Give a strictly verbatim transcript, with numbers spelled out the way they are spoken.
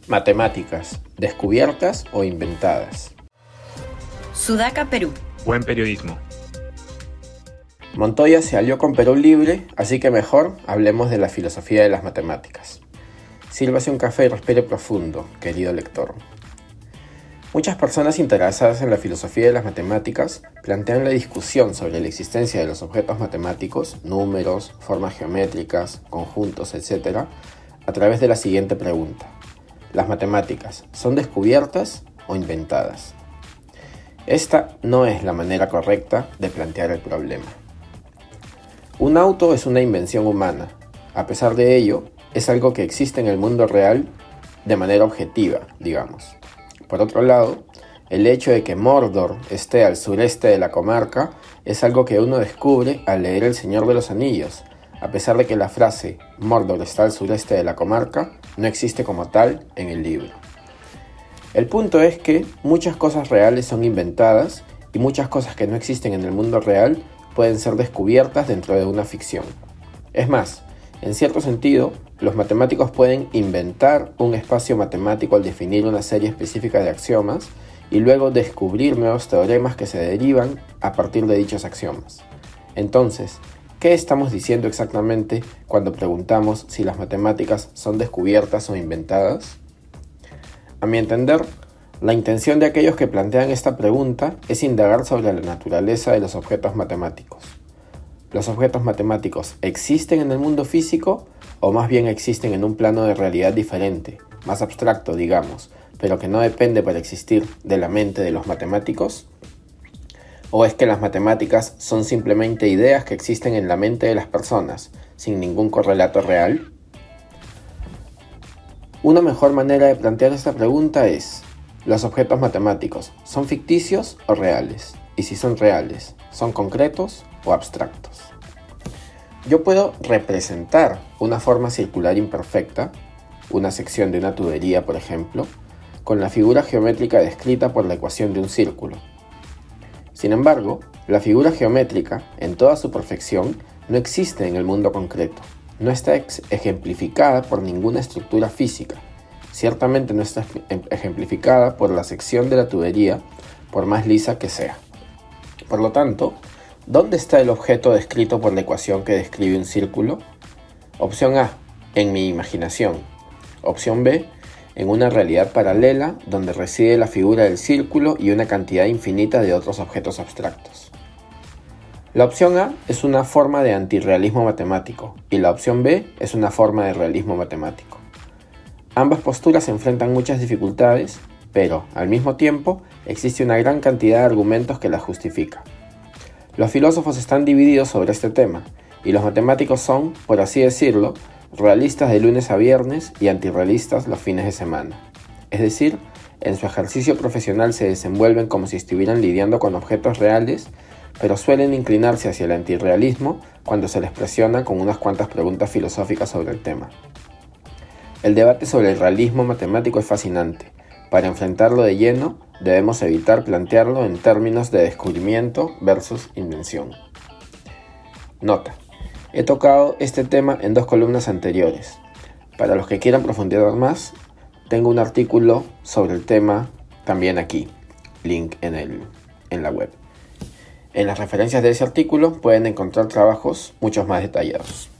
Matemáticas, ¿descubiertas o inventadas? Sudaca, Perú. Buen periodismo. Montoya se alió con Perú Libre, así que mejor hablemos de la filosofía de las matemáticas. Sírvase un café y respire profundo, querido lector. Muchas personas interesadas en la filosofía de las matemáticas plantean la discusión sobre la existencia de los objetos matemáticos, números, formas geométricas, conjuntos, etcétera, a través de la siguiente pregunta: ¿las matemáticas son descubiertas o inventadas? Esta no es la manera correcta de plantear el problema. Un auto es una invención humana. A pesar de ello, es algo que existe en el mundo real de manera objetiva, digamos. Por otro lado, el hecho de que Mordor esté al sureste de la comarca es algo que uno descubre al leer El Señor de los Anillos, a pesar de que la frase Mordor está al sureste de la comarca no existe como tal en el libro. El punto es que muchas cosas reales son inventadas y muchas cosas que no existen en el mundo real pueden ser descubiertas dentro de una ficción. Es más, en cierto sentido, los matemáticos pueden inventar un espacio matemático al definir una serie específica de axiomas y luego descubrir nuevos teoremas que se derivan a partir de dichos axiomas. Entonces, ¿qué estamos diciendo exactamente cuando preguntamos si las matemáticas son descubiertas o inventadas? A mi entender, la intención de aquellos que plantean esta pregunta es indagar sobre la naturaleza de los objetos matemáticos. ¿Los objetos matemáticos existen en el mundo físico o más bien existen en un plano de realidad diferente, más abstracto, digamos, pero que no depende para existir de la mente de los matemáticos? ¿O es que las matemáticas son simplemente ideas que existen en la mente de las personas, sin ningún correlato real? Una mejor manera de plantear esta pregunta es: ¿los objetos matemáticos son ficticios o reales? Y si son reales, ¿son concretos o abstractos? Yo puedo representar una forma circular imperfecta, una sección de una tubería, por ejemplo, con la figura geométrica descrita por la ecuación de un círculo. Sin embargo, la figura geométrica, en toda su perfección, no existe en el mundo concreto. No está ex- ejemplificada por ninguna estructura física. Ciertamente no está ejemplificada por la sección de la tubería, por más lisa que sea. Por lo tanto, ¿dónde está el objeto descrito por la ecuación que describe un círculo? Opción A, en mi imaginación. Opción B, en una realidad paralela donde reside la figura del círculo y una cantidad infinita de otros objetos abstractos. La opción A es una forma de antirrealismo matemático y la opción B es una forma de realismo matemático. Ambas posturas enfrentan muchas dificultades, pero, al mismo tiempo, existe una gran cantidad de argumentos que las justifican. Los filósofos están divididos sobre este tema, y los matemáticos son, por así decirlo, realistas de lunes a viernes y antirrealistas los fines de semana. Es decir, en su ejercicio profesional se desenvuelven como si estuvieran lidiando con objetos reales, pero suelen inclinarse hacia el antirrealismo cuando se les presiona con unas cuantas preguntas filosóficas sobre el tema. El debate sobre el realismo matemático es fascinante. Para enfrentarlo de lleno, debemos evitar plantearlo en términos de descubrimiento versus invención. Nota: he tocado este tema en dos columnas anteriores. Para los que quieran profundizar más, tengo un artículo sobre el tema también aquí, link en, el, en la web. En las referencias de ese artículo pueden encontrar trabajos mucho más detallados.